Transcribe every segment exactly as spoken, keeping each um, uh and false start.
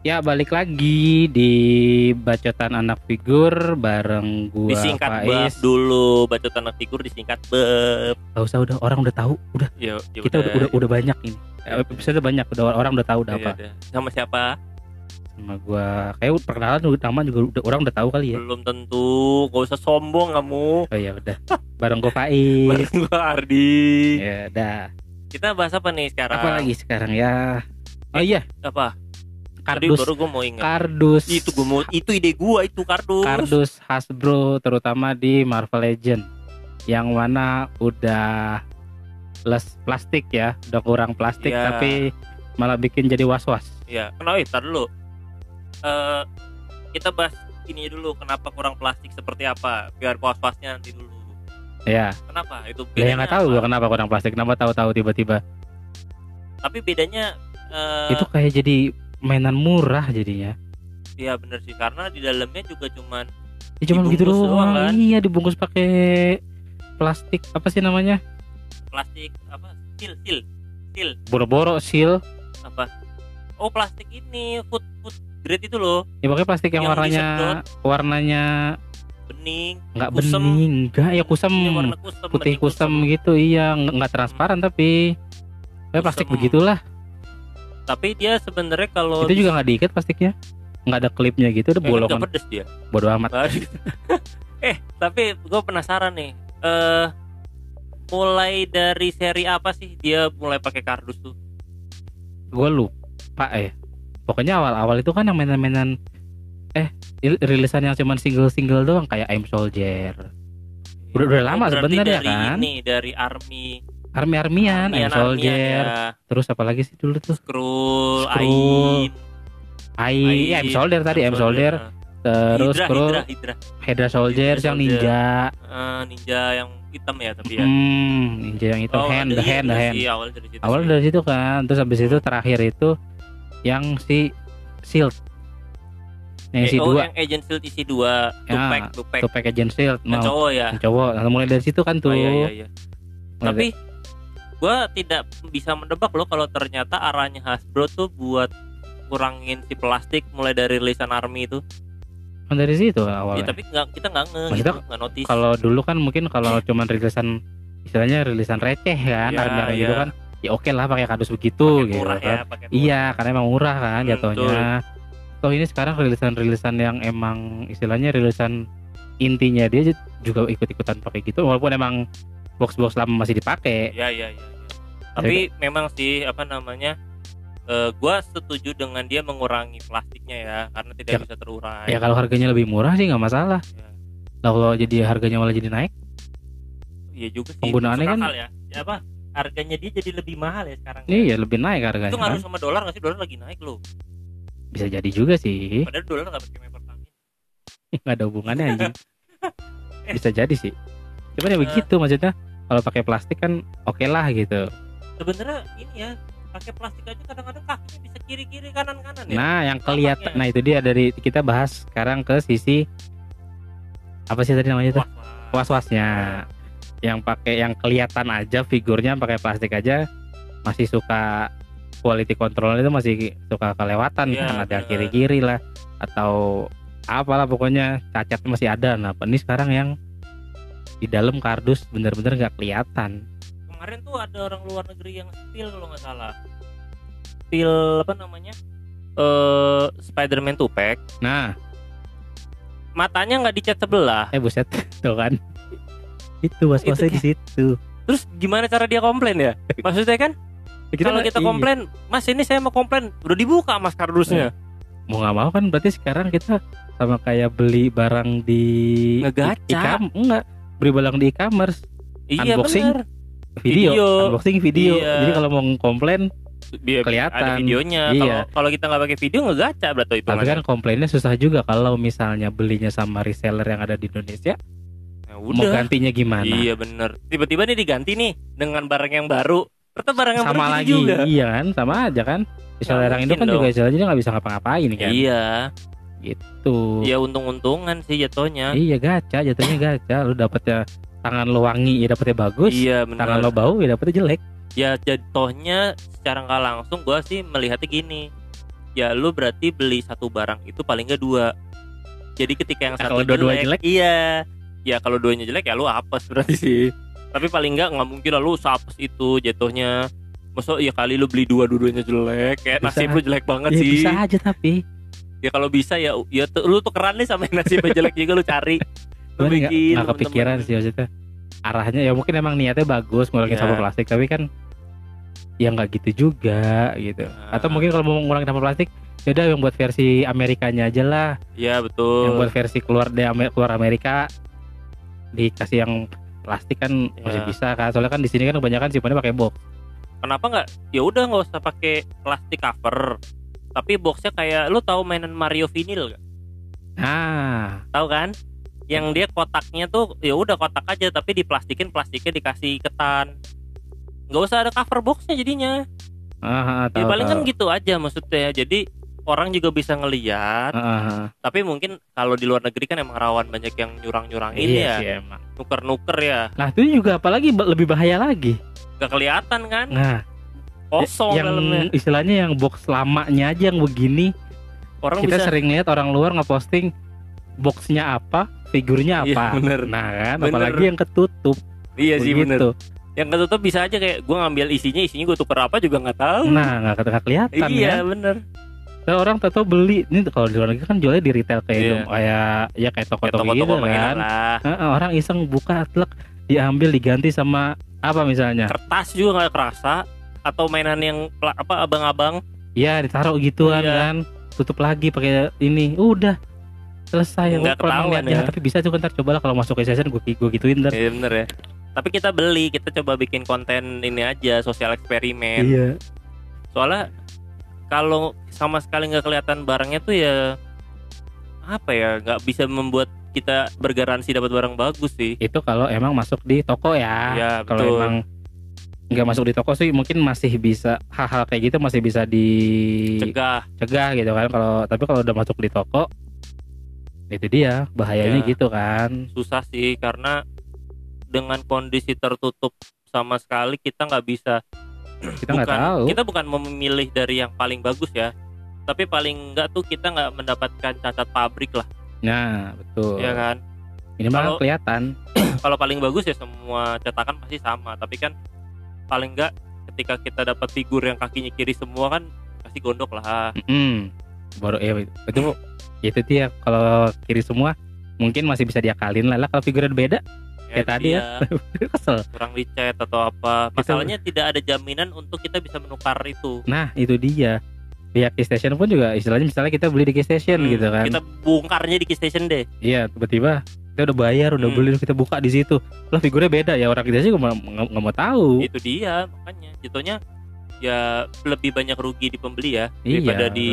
Ya balik lagi di bacotan anak figur bareng gua Disingkat bab Faiz. dulu, bacotan anak figur disingkat bab. Gak usah, udah orang udah tahu, udah Ya, ya kita udah udah, ya udah banyak ini. Ya udah. Episode banyak, udah orang udah tahu udah Ya apa. udah. Sama siapa? Sama gua kayak perkenalan udah nama juga udah, orang udah tahu kali ya. Belum tentu, gak usah sombong kamu. Oh ya udah. Bareng gua Faiz. Bareng gua Ardi. Ya udah. Kita bahas apa nih sekarang? Apa lagi sekarang ya? Oh iya, Apa? Tadi kardus. baru gua mau ingat. Kardus. Itu gua mau itu ide gua itu kardus. Kardus Hasbro terutama di Marvel Legend. Yang mana udah less plastik ya, udah kurang plastik Ya. tapi malah bikin jadi was-was. Ya, kenapa? Tar dulu. Eh, kita bahas ini dulu, kenapa kurang plastik seperti apa? Biar puas-puasnya nanti dulu. Ya, Kenapa? Itu ya nggak tahu apa? gua kenapa kurang plastik, kenapa tahu-tahu tiba-tiba Tapi bedanya eh, itu kayak jadi mainan murah jadinya. ya bener sih, karena di dalamnya juga cuman Ya cuma begitu Dibungkus doang, doang. kan? Iya, dibungkus pakai plastik apa sih namanya? plastik apa? Seal, seal, seal Boro-boro seal. apa? Oh, plastik ini food food grade itu loh, Ya pakai plastik yang, Yang warnanya disedot. warnanya bening, nggak kusem. bening, enggak ya kusem. Iya, warna kusem, Putih bening kusem gitu, iya nggak nggak transparan tapi kayak plastik Kusem. begitulah. Tapi dia sebenarnya kalau Itu juga nggak diikat plastiknya, nggak ada klipnya gitu, udah eh, kan bolongan. nggak pedes dia. Bodo amat. eh, tapi gue penasaran nih. Eh, mulai dari seri apa sih dia mulai pakai kardus tuh? Gue lupa ya. Pokoknya awal-awal itu kan yang mainan-mainan eh il- rilisan yang cuman single-single doang kayak I'm Soldier. Udah- udah lama Oh, berarti sebenarnya dari kan? Ini dari Army, Army-armian, I'm Armian, Soldier. Armian, ya. Terus apa lagi sih dulu tuh? Skrull, Skrull. Ain, I, ya, I'm Soldier tadi, I'm Soldier. Terus Hydra, Skrull, Hydra, Hydra. Hydra Soldier Hydra yang Soldier. ninja. Eh, ninja yang hitam ya tapi ya. Hmm, ninja yang itu Oh, hand, ada- the hand, iya the hand. sih, awal dari situ. Awal sih. dari situ kan, terus habis itu terakhir itu yang si Shield. Yang Eh, si oh, dua, yang Agent Shield isi dua, Ya, Tupac, Tupac. Tupac Agent Shield. Yang Mau cowok ya. yang cowok. Nah, mulai dari situ kan tuh. Oh, iya, iya, iya. Mulai Tapi gua tidak bisa mendebak loh kalau ternyata arahnya Hasbro tuh buat kurangin si plastik mulai dari rilisan Army itu. kan dari situ Ya, awalnya. tapi nggak, kita nggak nge, Maksudnya gitu, nggak notice. Kalau dulu kan mungkin kalau cuman rilisan istilahnya rilisan receh kan, Iya, harga iya. gitu kan. Ya oke lah pakai kardus begitu Pakai gitu murah kan. ya, pakai murah. Iya, karena emang murah kan Hmm, jatuhnya. Toh ini sekarang rilisan-rilisan yang emang istilahnya rilisan intinya dia juga ikut-ikutan pakai gitu walaupun emang box-box lama masih dipakai. Ya, ya, ya, ya. Tapi memang sih apa namanya? Eh, gua setuju dengan dia mengurangi plastiknya ya, karena tidak Ya, bisa terurai. Ya kalau harganya lebih murah sih nggak masalah. Ya. Nah, kalau jadi harganya malah jadi naik, Iya juga sih. Penggunaannya masuk kan- akal ya. Ya apa? Harganya dia jadi lebih mahal ya sekarang. ya. iya lebih naik harganya. Itu ngaruh Kan? sama dolar nggak sih? Dolar lagi naik loh. Bisa jadi juga sih. Padahal dolar nggak pakai Pertamina. Nggak ada hubungannya anjing. Eh. Bisa jadi sih. Cuman ya Eh. begitu maksudnya. Kalau pakai plastik kan oke lah gitu. Sebenarnya ini ya, pakai plastik aja kadang-kadang kakinya bisa kiri-kiri kanan-kanan ya. Nah, yang kelihatan, Tampaknya. nah itu dia dari kita bahas sekarang ke sisi apa sih tadi namanya itu? Wah, wah. Was-wasnya. Yang pakai yang kelihatan aja figurnya pakai plastik aja masih suka quality control itu masih suka kelewatan Iya, kan, ada yang bener. kiri-kiri lah atau apalah pokoknya cacat masih ada. Nah, ini sekarang yang di dalam kardus bener-bener nggak kelihatan. Kemarin tuh ada orang luar negeri yang spill kalau nggak salah. Spill apa namanya? Eh Spider-Man Tupac. Nah, Matanya nggak dicat sebelah. eh buset tuh kan. Itu was-wasnya Itu di situ. Terus gimana cara dia komplain ya? Maksudnya kan kalau kita iya. komplain, Mas ini saya mau komplain, udah dibuka Mas kardusnya. Mau nggak mau kan berarti sekarang kita sama kayak beli barang di Ngegaca. i- e-com- enggak beli barang di e-commerce, Iya Unboxing. benar. video, Video. unboxing video. Iya. Jadi kalau mau komplain, Biar Kelihatan. ada videonya. Iya. Kalau kalau kita nggak pakai video ngegaca berarti itu. tapi kan komplainnya susah juga kalau misalnya belinya sama reseller yang ada di Indonesia, Ya mau udah. gantinya gimana? Iya bener. Tiba-tiba nih diganti nih dengan barang yang baru. Ternyata barang yang Sama baru gitu lagi, juga. iya kan, sama aja kan. Reseller yang Indo mungkin kan juga dong. istilahnya dia nggak bisa ngapa-ngapain kan. Iya. Gitu. Ya untung-untungan sih jatuhnya. Iya gacha, jatuhnya gacha. Lu dapetnya tangan lo wangi, ya dapetnya bagus. Iya Tangan lo bener. bau, ya dapetnya jelek. Ya jatuhnya secara nggak langsung gue sih melihatnya gini. ya lu berarti beli satu barang itu paling nggak dua. Jadi ketika yang Nah, satu kalau dua-dua jelek, jelek? iya. Ya kalau duanya jelek ya lu apes berarti sih. Tapi paling nggak nggak mungkin lah lu seapes itu jatuhnya. Maksud ya kali lu beli dua dua-duanya jelek, kayak Bisa. nasib lu jelek banget Ya sih. bisa aja tapi Ya kalau bisa ya ya tuh, lu tukeran nih sama yang nasibnya jelek juga lu cari. Lu gue nggak bikin nggak kepikiran temen-temen. sih maksudnya arahnya ya mungkin emang niatnya bagus ngurangin Iya. sampah plastik tapi kan ya nggak gitu juga gitu Nah. atau mungkin kalau mau ngurangin sampah plastik ya udah yang buat versi Amerikanya aja lah Iya betul. yang buat versi keluar dari Amer- keluar Amerika dikasih yang plastik kan Ya. masih bisa kan soalnya kan di sini kan kebanyakan simpannya pakai box. Kenapa nggak? Ya udah nggak usah pakai plastik cover. Tapi boxnya kayak lu tahu mainan Mario Vinyl gak? Nah Tahu kan? Yang dia kotaknya tuh ya udah kotak aja tapi diplastikin plastiknya dikasih ketan. Nggak usah ada cover boxnya jadinya. ah, ah, Ya tahu, paling kan tahu. gitu aja maksudnya. Jadi orang juga bisa ngeliat. Ah, ah, ah. Tapi mungkin kalau di luar negeri kan emang rawan banyak yang nyurang-nyurangin Iya ya. sih emang. Nuker-nuker ya. Nah itu juga apalagi ba- lebih bahaya lagi. Gak kelihatan kan? Nah Kosong yang dalamnya. istilahnya yang box lamanya aja yang begini Orang kita bisa sering lihat orang luar ngeposting boxnya apa, figurnya Iya, apa. bener. Nah kan, Bener. apalagi yang ketutup. Iya sih bener. begitu. Yang ketutup bisa aja kayak gue ngambil isinya, isinya gue tuker apa juga nggak tahu. Nah nggak nggak kelihatan iya kan. bener. Dan orang tahu beli ini kalau di luar negeri kan jualnya di retail kayak Iya. dom- kayak ya kayak Kayak toko-toko gitu toko-toko mainan kan. lah. Heeh, orang iseng buka telek diambil diganti sama apa misalnya. Kertas juga nggak kerasa. Atau mainan yang pla- apa abang-abang. Iya ditaruh gituan Iya. kan. Tutup lagi pakai ini. Udah selesai. Nggak Kalau emang ketahuan niat jahat, ya. tapi bisa tuh ntar cobalah kalau masuk ke session gue gue gituin ntar. Iya bener ya. Tapi kita beli, kita coba bikin konten ini aja, sosial eksperimen. Iya. Soalnya kalau sama sekali nggak kelihatan barangnya tuh ya apa ya, nggak bisa membuat kita bergaransi dapat barang bagus sih. Itu kalau emang masuk di toko ya. Iya, Kalau betul. emang nggak masuk di toko sih mungkin masih bisa hal-hal kayak gitu masih bisa dicegah Cegah. gitu kan. Kalau tapi kalau udah masuk di toko itu dia bahayanya Iya. gitu kan. Susah sih karena dengan kondisi tertutup sama sekali kita nggak bisa. Kita nggak bukan, tahu. Kita bukan memilih dari yang paling bagus ya, tapi paling nggak tuh kita nggak mendapatkan cacat pabrik lah, Nah betul. ya kan? Ini malah Kalau- kelihatan. Kalau paling bagus ya semua cetakan pasti sama, tapi kan paling nggak ketika kita dapat figur yang kakinya kiri semua kan pasti gondok lah. Mm, baru ya itu itu dia kalau kiri semua mungkin masih bisa diakalin lah, lah kalau figurnya beda kayak tadi ya. iya, kesel. kurang dicet atau apa. Masalahnya tidak ada jaminan untuk kita bisa menukar itu. Nah itu dia pihak Keystation pun juga istilahnya misalnya kita beli di Keystation Hmm, gitu kan. Kita bongkarnya di Keystation deh. Iya tiba-tiba kita udah bayar udah Hmm. beli kita buka di situ lah figurnya beda ya orang kita sih nggak mau- nggak mau tahu. Itu dia makanya jatuhnya ya lebih banyak rugi di pembeli ya Iya. daripada di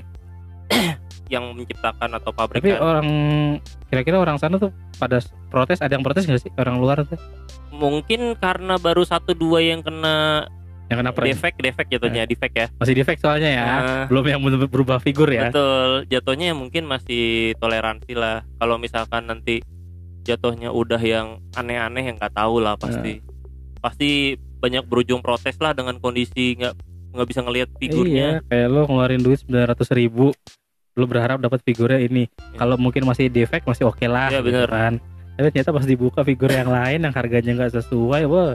yang menciptakan atau Tapi pabrikan. orang kira-kira orang sana tuh pada protes, ada yang protes nggak sih orang luar tuh Mungkin karena baru satu dua yang kena yang kenapa defect defect jatuhnya defect ya. masih defect soalnya ya Nah, belum yang bener-bener berubah figur ya. betul, jatuhnya mungkin masih toleransi lah. Kalau misalkan nanti jatuhnya udah yang aneh-aneh yang nggak tahu lah pasti. Pasti banyak berujung protes lah dengan kondisi nggak nggak bisa ngelihat Iya figurnya. kayak lo ngeluarin duit sembilan ratus ribu lo berharap dapat figurnya ini. Kalau mungkin masih defect masih oke lah Iya, gitu bener. kan. Tapi ternyata pas dibuka figur yang lain yang harganya nggak sesuai, wah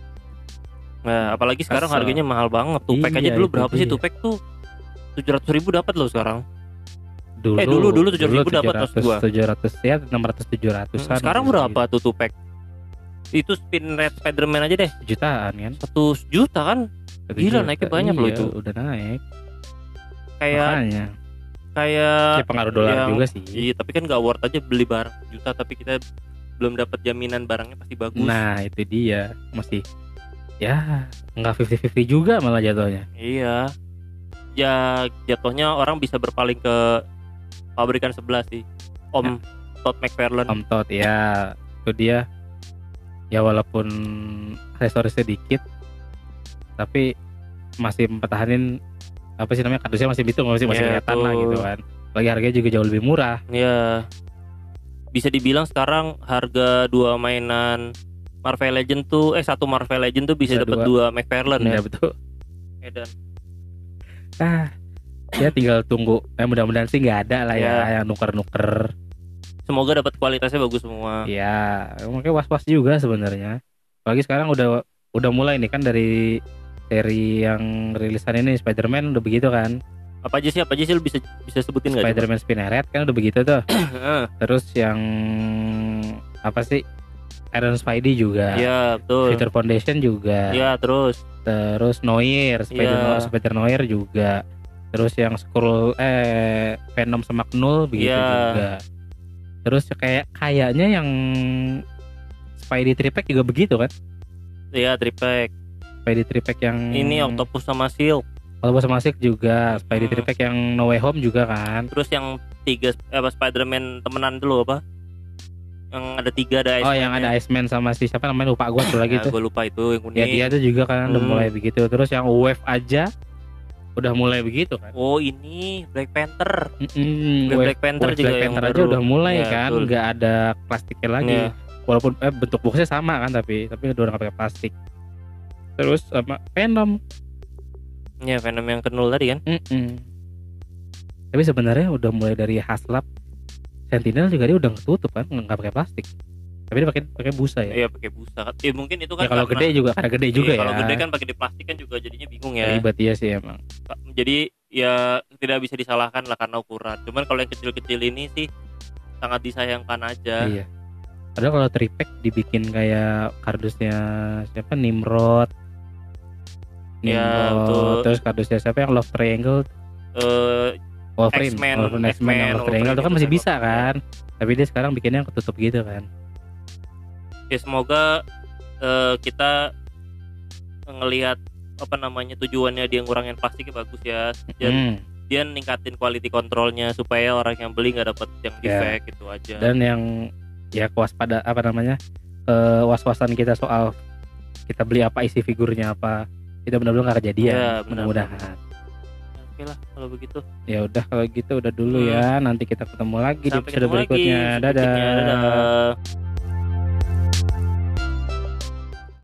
Nah, apalagi sekarang Kesel. harganya mahal banget. Tupek Iya, aja dulu itu berapa sih dia. tupek tuh? tujuh ratus ribu dapat loh sekarang. dulu Eh, dulu- dulu tujuh ribu dapat maksud gua. tujuh ratus ya enam ratus tujuh ratus Hmm, sekarang berapa tuh tupek? Itu spin red Spiderman aja deh jutaan kan. satu juta kan. Satu Gila, juta. naiknya banyak loh Iya, itu. udah naik Kayak makanya kayak ya pengaruh dolar yang- juga sih. Iya, tapi kan gak worth aja beli barang juta tapi kita belum dapat jaminan barangnya pasti bagus. Nah itu dia masih ya nggak fifty fifty juga malah jatuhnya. Iya. Ya jatuhnya orang bisa berpaling ke pabrikan sebelah sih. Om Todd McFarlane. Om Todd ya itu dia ya walaupun aksesoris sedikit tapi masih mempertahanin apa sih namanya kardusnya masih gitu masih masih Iya, kelihatan lah tuh. gitu kan. Lagi harganya juga jauh lebih murah. Ya. Bisa dibilang sekarang harga dua mainan Marvel Legend tuh eh satu Marvel Legend tuh bisa Bisa dapat dua. dua McFarlane ya. Ya betul. Edan. Ah Ya tinggal tunggu. Eh, mudah-mudahan sih nggak ada lah ya, Ya. yang nuker-nuker. Semoga dapat kualitasnya bagus semua. Ya, makanya was-was juga sebenarnya. Apalagi sekarang udah udah mulai nih kan dari seri yang rilisan ini Spider-Man udah begitu kan. Apa aja sih? Apa aja sih lu bisa bisa sebutin nggak? Spider-Man Spinneret kan udah begitu tuh. Heeh. Terus yang apa sih? Iron Spidey juga. Iya, betul. Future Foundation juga. Iya, terus Terus Noir, Spider Iya. Spider Noir juga. Terus yang Skrull eh Venom sama Knull begitu Iya. juga. Terus kayak kayaknya yang Spidey Tripack juga begitu kan? iya Tripack. Spidey Tripack yang Ini Octopus sama Silk. Octopus sama Silk juga, Spidey Hmm. Tripack yang No Way Home juga kan. Terus yang tiga apa Spider-Man temenan dulu apa? Yang ada tiga ada Oh, yang ada Iceman sama si siapa namanya lupa gua tuh lagi tuh. Gue lupa itu yang kuning. Ya dia tuh juga kan udah Hmm. mulai begitu. Terus yang Wave aja udah mulai begitu kan. Oh ini Black Panther. Mm-mm, Black- Wave- Black Panther Wave juga Black yang Panther aja baru. udah mulai Ya, kan, betul. nggak ada plastiknya lagi. Iya. Walaupun eh, bentuk boxnya sama kan, tapi tapi udah nggak pakai plastik. Terus sama Venom. Ya Venom yang kenul tadi kan. Mm-mm. Tapi sebenarnya udah mulai dari Haslab, Sentinel juga dia udah ketutup kan, nggak pakai plastik. Tapi dia pakai pakai busa ya. Iya pakai busa kan. Eh mungkin itu kan Ya kalau karena- gede juga, karena gede juga Iya, ya. Kalau gede kan pakai di plastik kan juga jadinya bingung ya. Ribet ya sih emang. Jadi ya tidak bisa disalahkan lah karena ukuran. Cuman kalau yang kecil-kecil ini sih sangat disayangkan aja. Iya. Padahal kalau tripack dibikin kayak kardusnya siapa Nimrod. Ya, Nimrod. betul. Terus kardusnya siapa yang Love Triangle, Eh Wolverine, X-Men, Wolverine, X-Men yang X-Men, Love Triangle itu kan Wolverine masih itu bisa kan kan. Tapi dia sekarang bikinnya yang ketutup gitu kan. ya semoga eh, kita ngelihat apa namanya tujuannya dia ngurangin plastiknya bagus ya. Dan Hmm. dia ningkatin quality controlnya supaya orang yang beli nggak dapat yang Ya. defect gitu aja. Dan yang ya kewaspada apa namanya eh, was-wasan kita soal kita beli apa, isi figurnya apa, itu benar-benar nggak kejadian. Ya, benar. Mudah-mudahan. Oke lah kalau begitu. Ya udah kalau gitu udah dulu Hmm. ya. Nanti kita ketemu lagi di Sampai episode ketemu lagi. berikutnya. Berikutnya, Dadah. dadah.